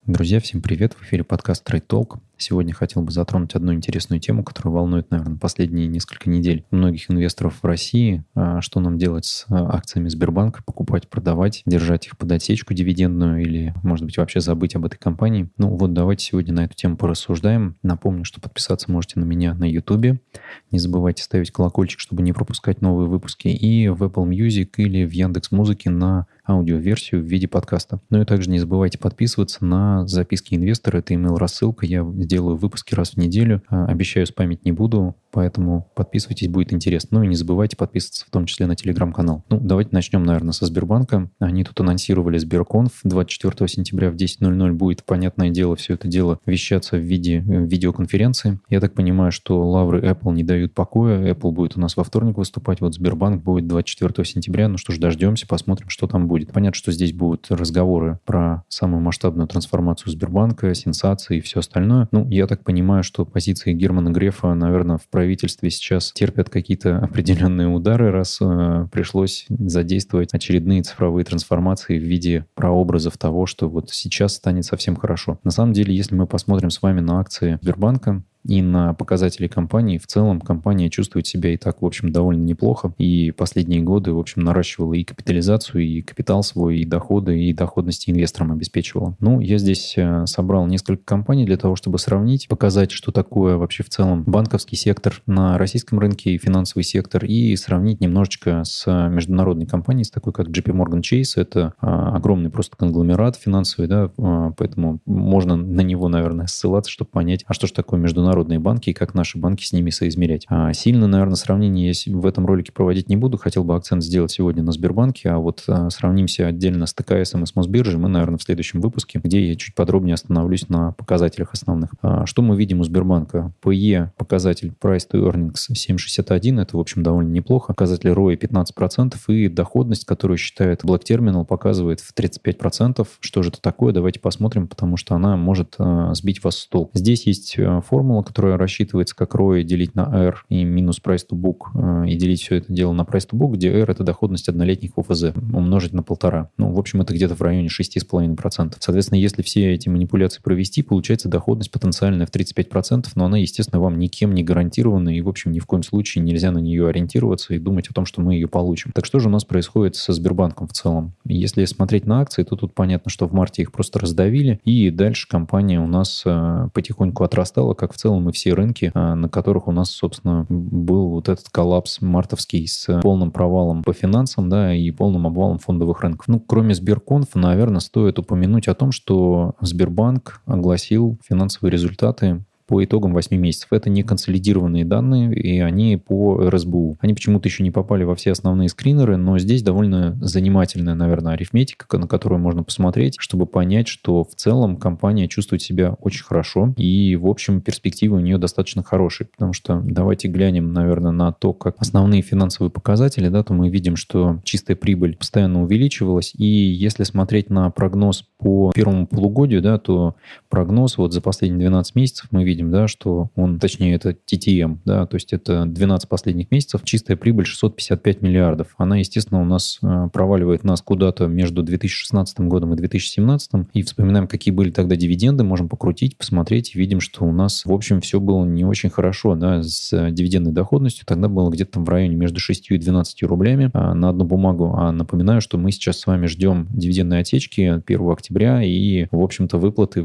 Друзья, всем привет! В эфире подкаст Trade Talk. Сегодня хотел бы затронуть одну интересную тему, которая волнует, наверное, последние несколько недель многих инвесторов в России. Что нам делать с акциями Сбербанка? Покупать, продавать, держать их под отсечку дивидендную или, может быть, вообще забыть об этой компании? Давайте сегодня на эту тему порассуждаем. Напомню, что подписаться можете на меня на YouTube. Не забывайте ставить колокольчик, чтобы не пропускать новые выпуски. И в Apple Music или в Яндекс.Музыке на аудиоверсию в виде подкаста. И также не забывайте подписываться на записки инвестора. Это email-рассылка. Я делаю выпуски раз в неделю. Обещаю, спамить не буду, поэтому подписывайтесь, будет интересно. И не забывайте подписываться в том числе на телеграм-канал. Давайте начнем, наверное, со Сбербанка. Они тут анонсировали Сберконф. 24 сентября в 10:00 будет, понятное дело, все это дело вещаться в виде видеоконференции. Я так понимаю, что лавры Apple не дают покоя. Apple будет у нас во вторник выступать. Сбербанк будет 24 сентября. Что ж, дождемся, посмотрим, что там будет. Понятно, что здесь будут разговоры про самую масштабную трансформацию Сбербанка, сенсации и все остальное. Я так понимаю, что позиции Германа Грефа, наверное, в правительстве сейчас терпят какие-то определенные удары, раз пришлось задействовать очередные цифровые трансформации в виде прообразов того, что сейчас станет совсем хорошо. На самом деле, если мы посмотрим с вами на акции Сбербанка и на показатели компании, в целом компания чувствует себя и так, в общем, довольно неплохо. И последние годы, в общем, наращивала и капитализацию, и капитал свой, и доходы, и доходности инвесторам обеспечивала. Я здесь собрал несколько компаний для того, чтобы сравнить, показать, что такое вообще в целом банковский сектор на российском рынке и финансовый сектор, и сравнить немножечко с международной компанией, с такой, как JP Morgan Chase. Это огромный просто конгломерат финансовый, да, поэтому можно на него, наверное, ссылаться, чтобы понять, что же такое международные банки и как наши банки с ними соизмерять. Сильно, наверное, сравнение я в этом ролике проводить не буду. Хотел бы акцент сделать сегодня на Сбербанке, сравнимся отдельно с ТКСом и с Мосбиржей мы, наверное, в следующем выпуске, где я чуть подробнее остановлюсь на показателях основных. Что мы видим у Сбербанка? PE, показатель Price to Earnings 7,61, это, в общем, довольно неплохо. Показатель ROE 15% и доходность, которую считает Black Terminal, показывает в 35%. Что же это такое? Давайте посмотрим, потому что она может сбить вас с толку. Здесь есть формула, которая рассчитывается как ROE делить на R и минус Price to Book, и делить все это дело на Price to Book, где R — это доходность однолетних ОФЗ, умножить на 1,5. В общем, это где-то в районе 6,5%. Соответственно, если все эти манипуляции провести, получается доходность потенциальная в 35%, но она, естественно, вам никем не гарантирована, и, в общем, ни в коем случае нельзя на нее ориентироваться и думать о том, что мы ее получим. Так что же у нас происходит со Сбербанком в целом? Если смотреть на акции, то тут понятно, что в марте их просто раздавили, и дальше компания у нас потихоньку отрастала, как в целом и все рынки, на которых у нас, собственно, был этот коллапс мартовский с полным провалом по финансам, да, и полным обвалом фондовых рынков. Кроме Сберконфа, наверное, стоит упомянуть о том, что Сбербанк огласил финансовые результаты по итогам 8 месяцев. Это не консолидированные данные, и они по РСБУ. Они почему-то еще не попали во все основные скринеры, но здесь довольно занимательная, наверное, арифметика, на которую можно посмотреть, чтобы понять, что в целом компания чувствует себя очень хорошо, и, в общем, перспективы у нее достаточно хорошие, потому что давайте глянем, наверное, на то, как основные финансовые показатели, да, то мы видим, что чистая прибыль постоянно увеличивалась, и если смотреть на прогноз по первому полугодию, да, то прогноз за последние 12 месяцев мы видим, да, что точнее, это TTM, да, то есть это 12 последних месяцев, чистая прибыль 655 миллиардов. Она, естественно, у нас проваливает нас куда-то между 2016 годом и 2017, и вспоминаем, какие были тогда дивиденды, можем покрутить, посмотреть, и видим, что у нас, в общем, все было не очень хорошо, да, с дивидендной доходностью. Тогда было где-то в районе между 6 и 12 рублями на одну бумагу. Напоминаю, что мы сейчас с вами ждем дивидендной отсечки 1 октября и, в общем-то, выплаты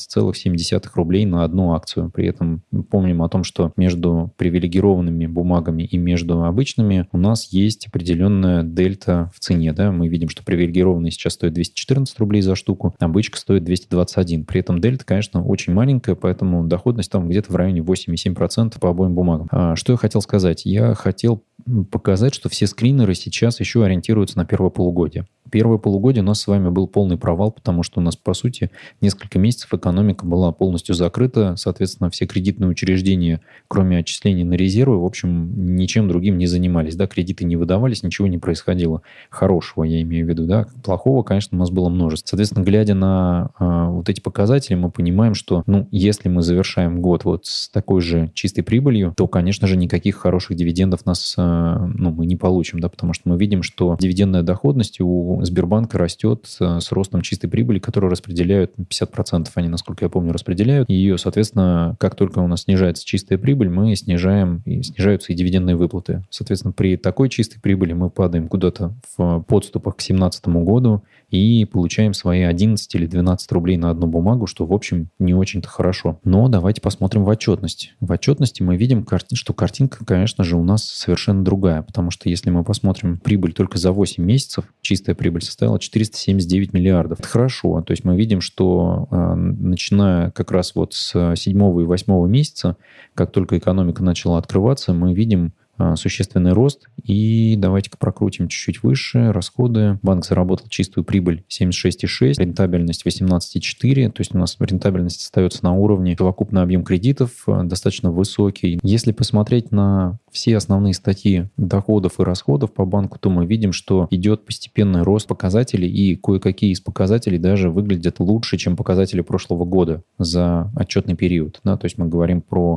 18,7 рублей на одну акцию. При этом помним о том, что между привилегированными бумагами и между обычными у нас есть определенная дельта в цене. Да? Мы видим, что привилегированные сейчас стоят 214 рублей за штуку, а обычка стоит 221. При этом дельта, конечно, очень маленькая, поэтому доходность там где-то в районе 8,7% по обоим бумагам. Что я хотел сказать? Я хотел показать, что все скринеры сейчас еще ориентируются на первое полугодие. Первое полугодие у нас с вами был полный провал, потому что у нас, по сути, несколько месяцев экономика была полностью закрыта. Соответственно, все кредитные учреждения, кроме отчислений на резервы, в общем, ничем другим не занимались. Да, кредиты не выдавались, ничего не происходило. Хорошего, я имею в виду. Да. Плохого, конечно, у нас было множество. Соответственно, глядя на вот эти показатели, мы понимаем, что если мы завершаем год с такой же чистой прибылью, то, конечно же, никаких хороших дивидендов мы не получим. Да, потому что мы видим, что дивидендная доходность у Сбербанк растет с ростом чистой прибыли, которую распределяют 50%, они, насколько я помню, распределяют. И ее, соответственно, как только у нас снижается чистая прибыль, мы снижаем, и снижаются и дивидендные выплаты. Соответственно, при такой чистой прибыли мы падаем куда-то в подступах к 2017 году и получаем свои 11 или 12 рублей на одну бумагу, что, в общем, не очень-то хорошо. Но давайте посмотрим в отчетность. В отчетности мы видим, что картинка, конечно же, у нас совершенно другая, потому что если мы посмотрим прибыль только за 8 месяцев, чистая прибыль составила 479 миллиардов. Это хорошо. То есть мы видим, что начиная как раз вот с 7 и 8 месяца, как только экономика начала открываться, мы видим существенный рост. И давайте-ка прокрутим чуть-чуть выше. Расходы. Банк заработал чистую прибыль 76,6, рентабельность 18,4. То есть у нас рентабельность остается на уровне. Совокупный объем кредитов достаточно высокий. Если посмотреть на все основные статьи доходов и расходов по банку, то мы видим, что идет постепенный рост показателей, и кое-какие из показателей даже выглядят лучше, чем показатели прошлого года за отчетный период. Да? То есть мы говорим про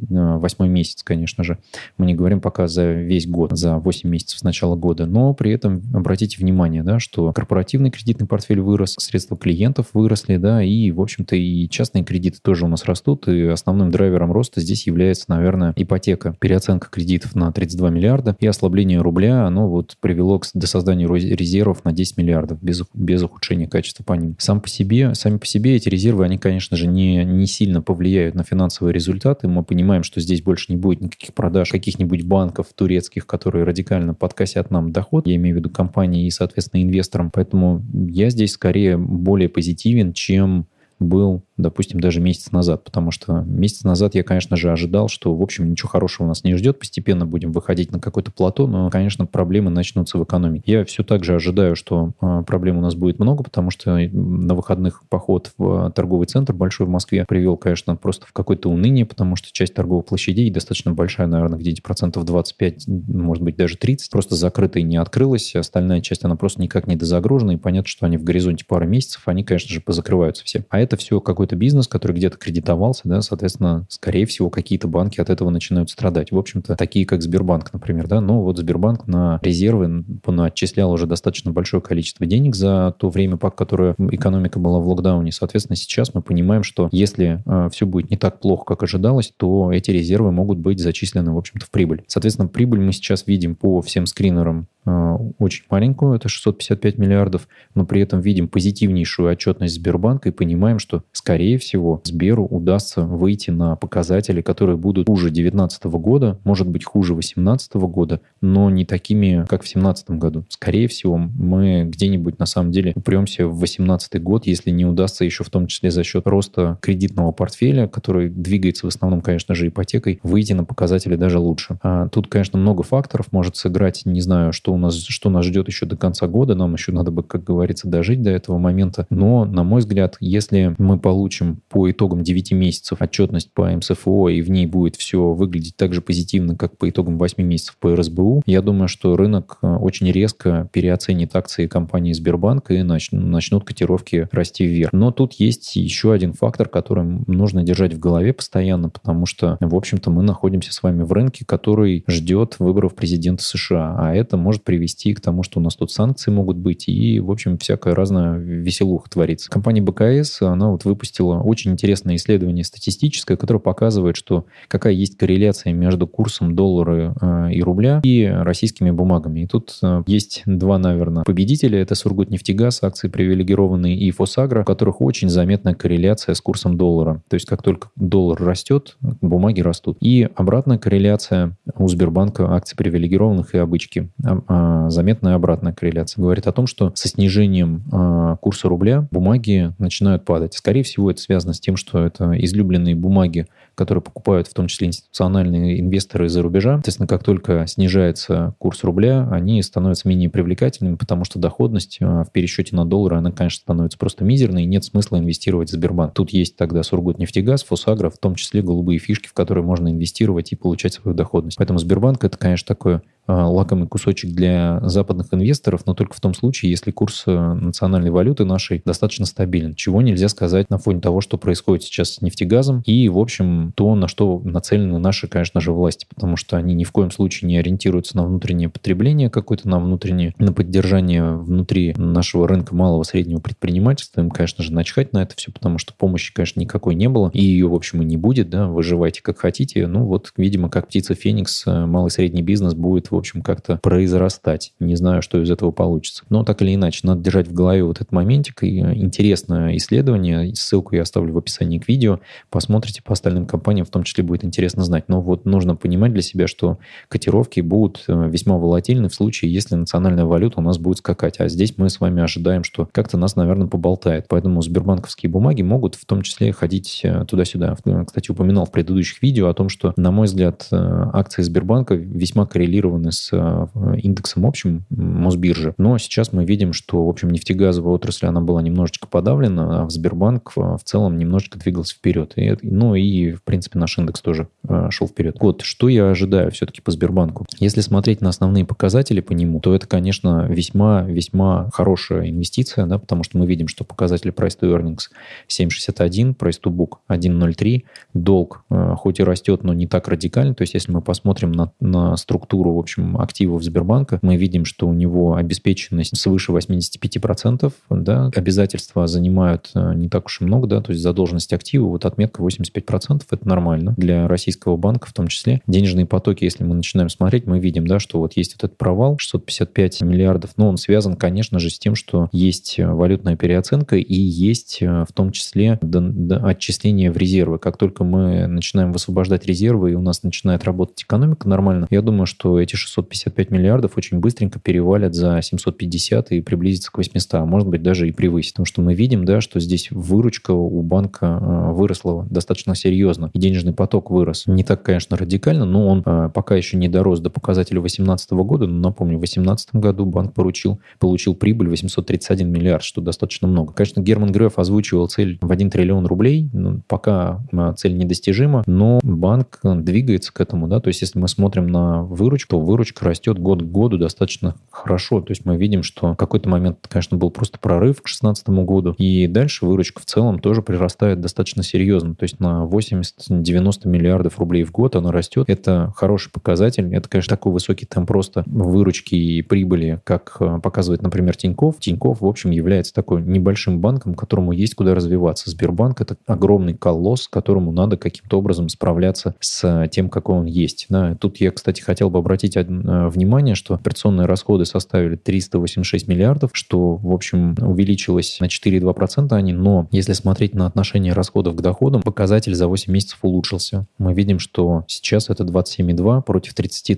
8 месяц, конечно же. Мы не говорим пока за весь год, за 8 месяцев с начала года. Но при этом обратите внимание, да, что корпоративный кредитный портфель вырос, средства клиентов выросли, да, и, в общем-то, и частные кредиты тоже у нас растут. И основным драйвером роста здесь является, наверное, ипотека. Переоценка кредитов на 32 миллиарда и ослабление рубля, оно вот привело до создания резервов на 10 миллиардов без ухудшения качества по ним. Сами по себе эти резервы, они, конечно же, не сильно повлияют на финансовые результаты. Мы понимаем, что здесь больше не будет никаких продаж каких-нибудь банков турецких, которые радикально подкосят нам доход, я имею в виду компании и, соответственно, инвесторам. Поэтому я здесь скорее более позитивен, чем был, допустим, даже месяц назад, потому что месяц назад я, конечно же, ожидал, что, в общем, ничего хорошего нас не ждет, постепенно будем выходить на какое-то плато, но, конечно, проблемы начнутся в экономике. Я все так же ожидаю, что проблем у нас будет много, потому что на выходных поход в торговый центр большой в Москве привел, конечно, просто в какое-то уныние, потому что часть торговых площадей достаточно большая, наверное, где-то 25%, может быть, даже 30%, просто закрыта и не открылась, остальная часть, она просто никак не дозагружена, и понятно, что они в горизонте пары месяцев, они, конечно же, позакрываются все. А это все какой-то бизнес, который где-то кредитовался, да, соответственно, скорее всего, какие-то банки от этого начинают страдать. В общем-то, такие, как Сбербанк, например, да, но вот Сбербанк на резервы отчислял уже достаточно большое количество денег за то время, пока которое экономика была в локдауне. Соответственно, сейчас мы понимаем, что если все будет не так плохо, как ожидалось, то эти резервы могут быть зачислены, в общем-то, в прибыль. Соответственно, прибыль мы сейчас видим по всем скринерам очень маленькую, это 655 миллиардов, но при этом видим позитивнейшую отчетность Сбербанка и понимаем, что, скорее всего, Сберу удастся выйти на показатели, которые будут хуже 2019 года, может быть, хуже 2018 года, но не такими, как в 2017 году. Скорее всего, мы где-нибудь, на самом деле, упремся в 2018 год, если не удастся еще в том числе за счет роста кредитного портфеля, который двигается в основном, конечно же, ипотекой, выйти на показатели даже лучше. Тут, конечно, много факторов может сыграть, не знаю, что нас ждет еще до конца года, нам еще надо бы, как говорится, дожить до этого момента. Но, на мой взгляд, если мы получим по итогам 9 месяцев отчетность по МСФО, и в ней будет все выглядеть так же позитивно, как по итогам 8 месяцев по РСБУ, я думаю, что рынок очень резко переоценит акции компании Сбербанк и начнут котировки расти вверх. Но тут есть еще один фактор, который нужно держать в голове постоянно, потому что, в общем-то, мы находимся с вами в рынке, который ждет выборов президента США, а это может привести к тому, что у нас тут санкции могут быть, и, в общем, всякая разная веселуха творится. Компания БКС, она вот выпустила очень интересное исследование статистическое, которое показывает, что какая есть корреляция между курсом доллара и рубля и российскими бумагами. И тут есть два, наверное, победителя. Это Сургутнефтегаз, акции привилегированные, и Фосагро, у которых очень заметная корреляция с курсом доллара. То есть как только доллар растет, бумаги растут. И обратная корреляция у Сбербанка, акций привилегированных и обычки. Заметная обратная корреляция. Говорит о том, что со снижением курса рубля бумаги начинают падать. Скорее всего, это связано с тем, что это излюбленные бумаги, которые покупают в том числе институциональные инвесторы из-за рубежа. Соответственно, как только снижается курс рубля, они становятся менее привлекательными, потому что доходность в пересчете на доллары, она, конечно, становится просто мизерной, и нет смысла инвестировать в Сбербанк. Тут есть тогда Сургутнефтегаз, Фосагро, в том числе голубые фишки, в которые можно инвестировать и получать свою доходность. Поэтому Сбербанк — это, конечно, такое лакомый кусочек для западных инвесторов, но только в том случае, если курс национальной валюты нашей достаточно стабилен. Чего нельзя сказать на фоне того, что происходит сейчас с нефтегазом и, в общем, то, на что нацелены наши, конечно же, власти, потому что они ни в коем случае не ориентируются на внутреннее потребление какое-то, на поддержание внутри нашего рынка малого среднего предпринимательства. Им, конечно же, начхать на это все, потому что помощи, конечно, никакой не было, и ее, в общем, и не будет, да, выживайте как хотите. Ну, вот, видимо, как птица Феникс, малый и средний бизнес будет, в общем, как-то произрастать. Не знаю, что из этого получится. Но так или иначе, надо держать в голове вот этот моментик. И интересное исследование, ссылку я оставлю в описании к видео. Посмотрите по остальным компаниям, в том числе будет интересно знать. Но вот нужно понимать для себя, что котировки будут весьма волатильны в случае, если национальная валюта у нас будет скакать. А здесь мы с вами ожидаем, что как-то нас, наверное, поболтает. Поэтому сбербанковские бумаги могут в том числе ходить туда-сюда. Кстати, упоминал в предыдущих видео о том, что, на мой взгляд, акции Сбербанка весьма коррелированы с индексом общим Мосбиржи. Но сейчас мы видим, что, в общем, нефтегазовая отрасль, она была немножечко подавлена, а Сбербанк в целом немножечко двигался вперед. И, в принципе, наш индекс тоже шел вперед. Вот, что я ожидаю все-таки по Сбербанку? Если смотреть на основные показатели по нему, то это, конечно, весьма хорошая инвестиция, да, потому что мы видим, что показатели Price to Earnings 7,61, Price to Book 1,03, долг хоть и растет, но не так радикально. То есть, если мы посмотрим на структуру, в общем, активов Сбербанка, мы видим, что у него обеспеченность свыше 85%, да, обязательства занимают не так уж и много, да, то есть задолженность актива, вот отметка 85%, это нормально для российского банка в том числе. Денежные потоки, если мы начинаем смотреть, мы видим, да, что вот есть вот этот провал, 655 миллиардов, но он связан, конечно же, с тем, что есть валютная переоценка и есть в том числе отчисление в резервы. Как только мы начинаем высвобождать резервы и у нас начинает работать экономика нормально, я думаю, что эти 655 миллиардов очень быстренько перевалят за 750 и приблизятся к 800, а может быть даже и превысить. Потому что мы видим, да, что здесь выручка у банка выросла достаточно серьезно, и денежный поток вырос. Не так, конечно, радикально, но он пока еще не дорос до показателя 2018 года. Но напомню, в 2018 году банк получил прибыль 831 миллиард, что достаточно много. Конечно, Герман Греф озвучивал цель в 1 триллион рублей. Пока цель недостижима, но банк двигается к этому. Да? То есть, если мы смотрим на выручку, то выручка растет год к году достаточно хорошо. То есть, мы видим, что в какой-то момент, конечно, был просто прорыв к 2016 году. И дальше выручка в целом тоже прирастает достаточно серьезно. То есть, на 80-90 миллиардов рублей в год она растет. Это хороший показатель. Это, конечно, такой высокий темп роста выручки и прибыли, как показывает, например, Тинькофф. Тинькофф, в общем, является такой небольшим банком, которому есть куда развиваться. Сбербанк — это огромный колосс, которому надо каким-то образом справляться с тем, какой он есть. Да. Тут я, кстати, хотел бы обратить внимание, что операционные расходы составили 386 миллиардов, что, в общем, увеличилось на 4,2% они, но если смотреть на отношение расходов к доходам, показатель за 8 месяцев улучшился. Мы видим, что сейчас это 27,2 против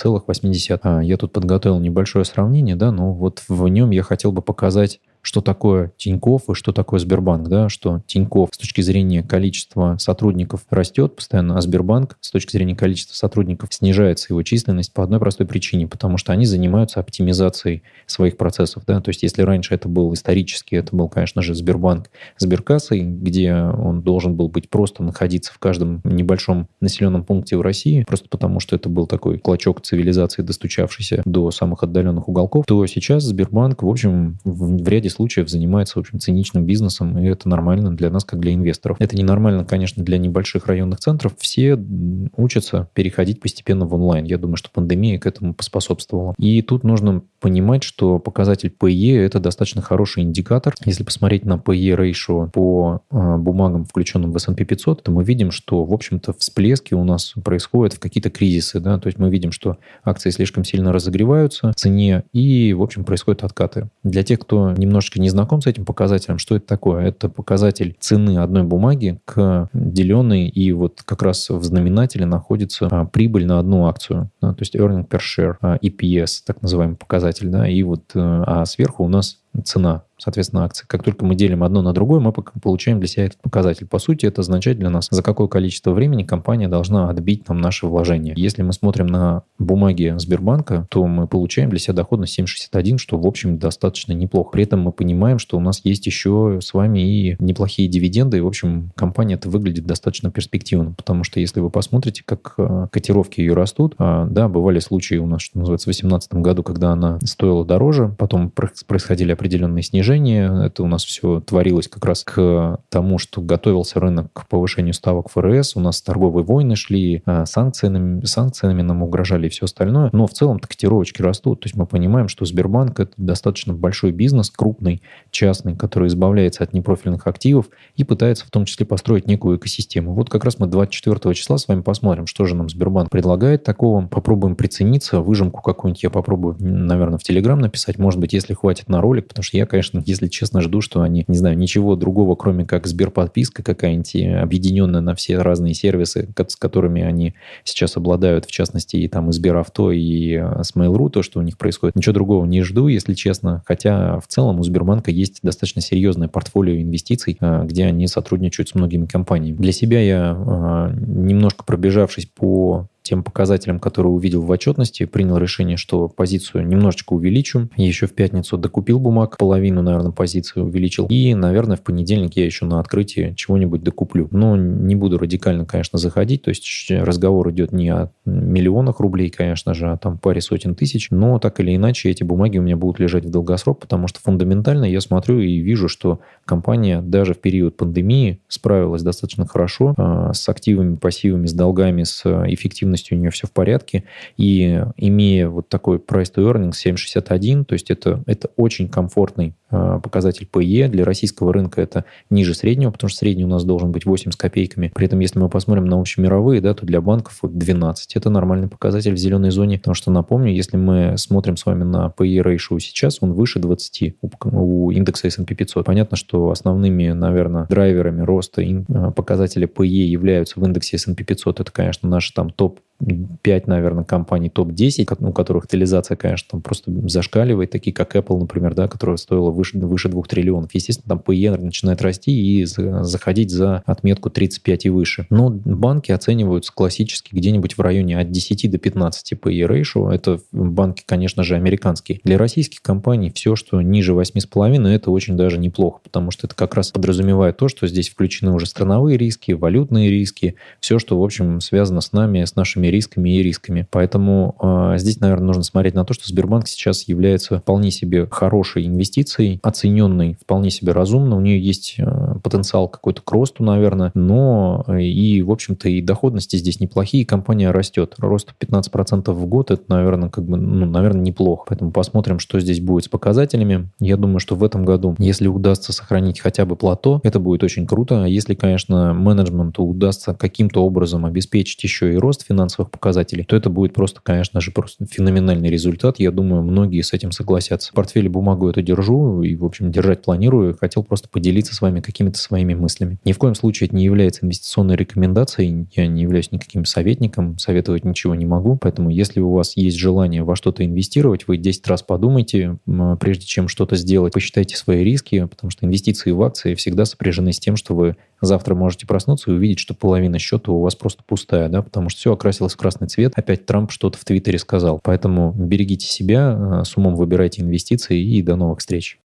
30,8. Я тут подготовил небольшое сравнение, да, но вот в нем я хотел бы показать, что такое Тинькофф и что такое Сбербанк, да, что Тинькофф с точки зрения количества сотрудников растет постоянно, а Сбербанк с точки зрения количества сотрудников снижается его численность по одной простой причине, потому что они занимаются оптимизацией своих процессов, да, то есть если раньше это был исторически, это был, конечно же, Сбербанк Сберкассой, где он должен был быть просто находиться в каждом небольшом населенном пункте в России, просто потому что это был такой клочок цивилизации, достучавшийся до самых отдаленных уголков, то сейчас Сбербанк, в общем, в ряде случаев занимается, в общем, циничным бизнесом, и это нормально для нас, как для инвесторов. Это ненормально, конечно, для небольших районных центров. Все учатся переходить постепенно в онлайн. Я думаю, что пандемия к этому поспособствовала. И тут нужно понимать, что показатель PE — это достаточно хороший индикатор. Если посмотреть на PE ratio по бумагам, включенным в S&P 500, то мы видим, что, в общем-то, всплески у нас происходят в какие-то кризисы. Да? То есть мы видим, что акции слишком сильно разогреваются в цене, и, в общем, происходят откаты. Для тех, кто немножечко не знаком с этим показателем, что это такое? Это показатель цены одной бумаги к деленной, и вот как раз в знаменателе находится прибыль на одну акцию, да, то есть earning per share, EPS, так называемый показатель, да, и вот, а сверху у нас цена, соответственно, акций. Как только мы делим одно на другое, мы получаем для себя этот показатель. По сути, это означает для нас, за какое количество времени компания должна отбить нам наши вложения. Если мы смотрим на бумаги Сбербанка, то мы получаем для себя доходность 7,61, что, в общем, достаточно неплохо. При этом мы понимаем, что у нас есть еще с вами и неплохие дивиденды, и, в общем, компания это выглядит достаточно перспективно, потому что если вы посмотрите, как котировки ее растут, да, бывали случаи у нас, что называется, в 2018 году, когда она стоила дороже, потом происходили определенные снижения. Это у нас все творилось как раз к тому, что готовился рынок к повышению ставок ФРС, у нас торговые войны шли, санкциями нам угрожали и все остальное. Но в целом-то котировочки растут. То есть мы понимаем, что Сбербанк — это достаточно большой бизнес, крупный, частный, который избавляется от непрофильных активов и пытается в том числе построить некую экосистему. Вот как раз мы 24 числа с вами посмотрим, что же нам Сбербанк предлагает такого. Попробуем прицениться, выжимку какую-нибудь я попробую, наверное, в Телеграм написать. Может быть, если хватит на ролик, потому что я, конечно, если честно, жду, что они, не знаю, ничего другого, кроме как Сберподписка какая-нибудь, объединенная на все разные сервисы, с которыми они сейчас обладают, в частности, и там и Сберавто, и с Mail.ru, то, что у них происходит. Ничего другого не жду, если честно. Хотя в целом у Сбербанка есть достаточно серьезное портфолио инвестиций, где они сотрудничают с многими компаниями. Для себя я, немножко пробежавшись по тем показателям, которые увидел в отчетности, принял решение, что позицию немножечко увеличу. Еще в пятницу докупил бумаг, половину, наверное, позицию увеличил. И, наверное, в понедельник я еще на открытии чего-нибудь докуплю. Но не буду радикально, конечно, заходить. То есть разговор идет не о миллионах рублей, конечно же, а там паре сотен тысяч. Но так или иначе эти бумаги у меня будут лежать в долгосрок, потому что фундаментально я смотрю и вижу, что компания даже в период пандемии справилась достаточно хорошо с активами, пассивами, с долгами, с эффективностью у нее все в порядке. И имея вот такой price to earnings 7,61, то есть это очень комфортный показатель PE. Для российского рынка это ниже среднего, потому что средний у нас должен быть 8 с копейками. При этом, если мы посмотрим на общемировые, да, то для банков 12. Это нормальный показатель в зеленой зоне, потому что, напомню, если мы смотрим с вами на PE ratio сейчас, он выше 20 у индекса S&P 500. Понятно, что основными, наверное, драйверами роста показателя PE являются в индексе S&P 500. Это, конечно, наши там топ-5, наверное, компаний, топ-10, у которых капитализация, конечно, там просто зашкаливает, такие как Apple, например, да, которая стоила выше 2 триллионов. Естественно, там PE начинает расти и заходить за отметку 35 и выше. Но банки оцениваются классически где-нибудь в районе от 10 до 15 PE ratio. Это банки, конечно же, американские. Для российских компаний все, что ниже 8,5, это очень даже неплохо, потому что это как раз подразумевает то, что здесь включены уже страновые риски, валютные риски, все, что, в общем, связано с нами, с нашими рисками и рисками. Поэтому здесь, наверное, нужно смотреть на то, что Сбербанк сейчас является вполне себе хорошей инвестицией, оцененной вполне себе разумно. У нее есть потенциал какой-то к росту, наверное, но и, в общем-то, и доходности здесь неплохие, компания растет. Рост 15% в год, это, наверное, наверное, неплохо. Поэтому посмотрим, что здесь будет с показателями. Я думаю, что в этом году, если удастся сохранить хотя бы плато, это будет очень круто. А если, конечно, менеджменту удастся каким-то образом обеспечить еще и рост финансовых показателей, то это будет просто, конечно же, просто феноменальный результат. Я думаю, многие с этим согласятся. В портфеле бумагу эту держу и, в общем, держать планирую. Хотел просто поделиться с вами какими-то своими мыслями. Ни в коем случае это не является инвестиционной рекомендацией. Я не являюсь никаким советником, советовать ничего не могу. Поэтому, если у вас есть желание во что-то инвестировать, вы 10 раз подумайте, прежде чем что-то сделать, посчитайте свои риски, потому что инвестиции в акции всегда сопряжены с тем, что вы завтра можете проснуться и увидеть, что половина счета у вас просто пустая, да, потому что все окрасилось в красный цвет. Опять Трамп что-то в Твиттере сказал. Поэтому берегите себя, с умом выбирайте инвестиции и до новых встреч.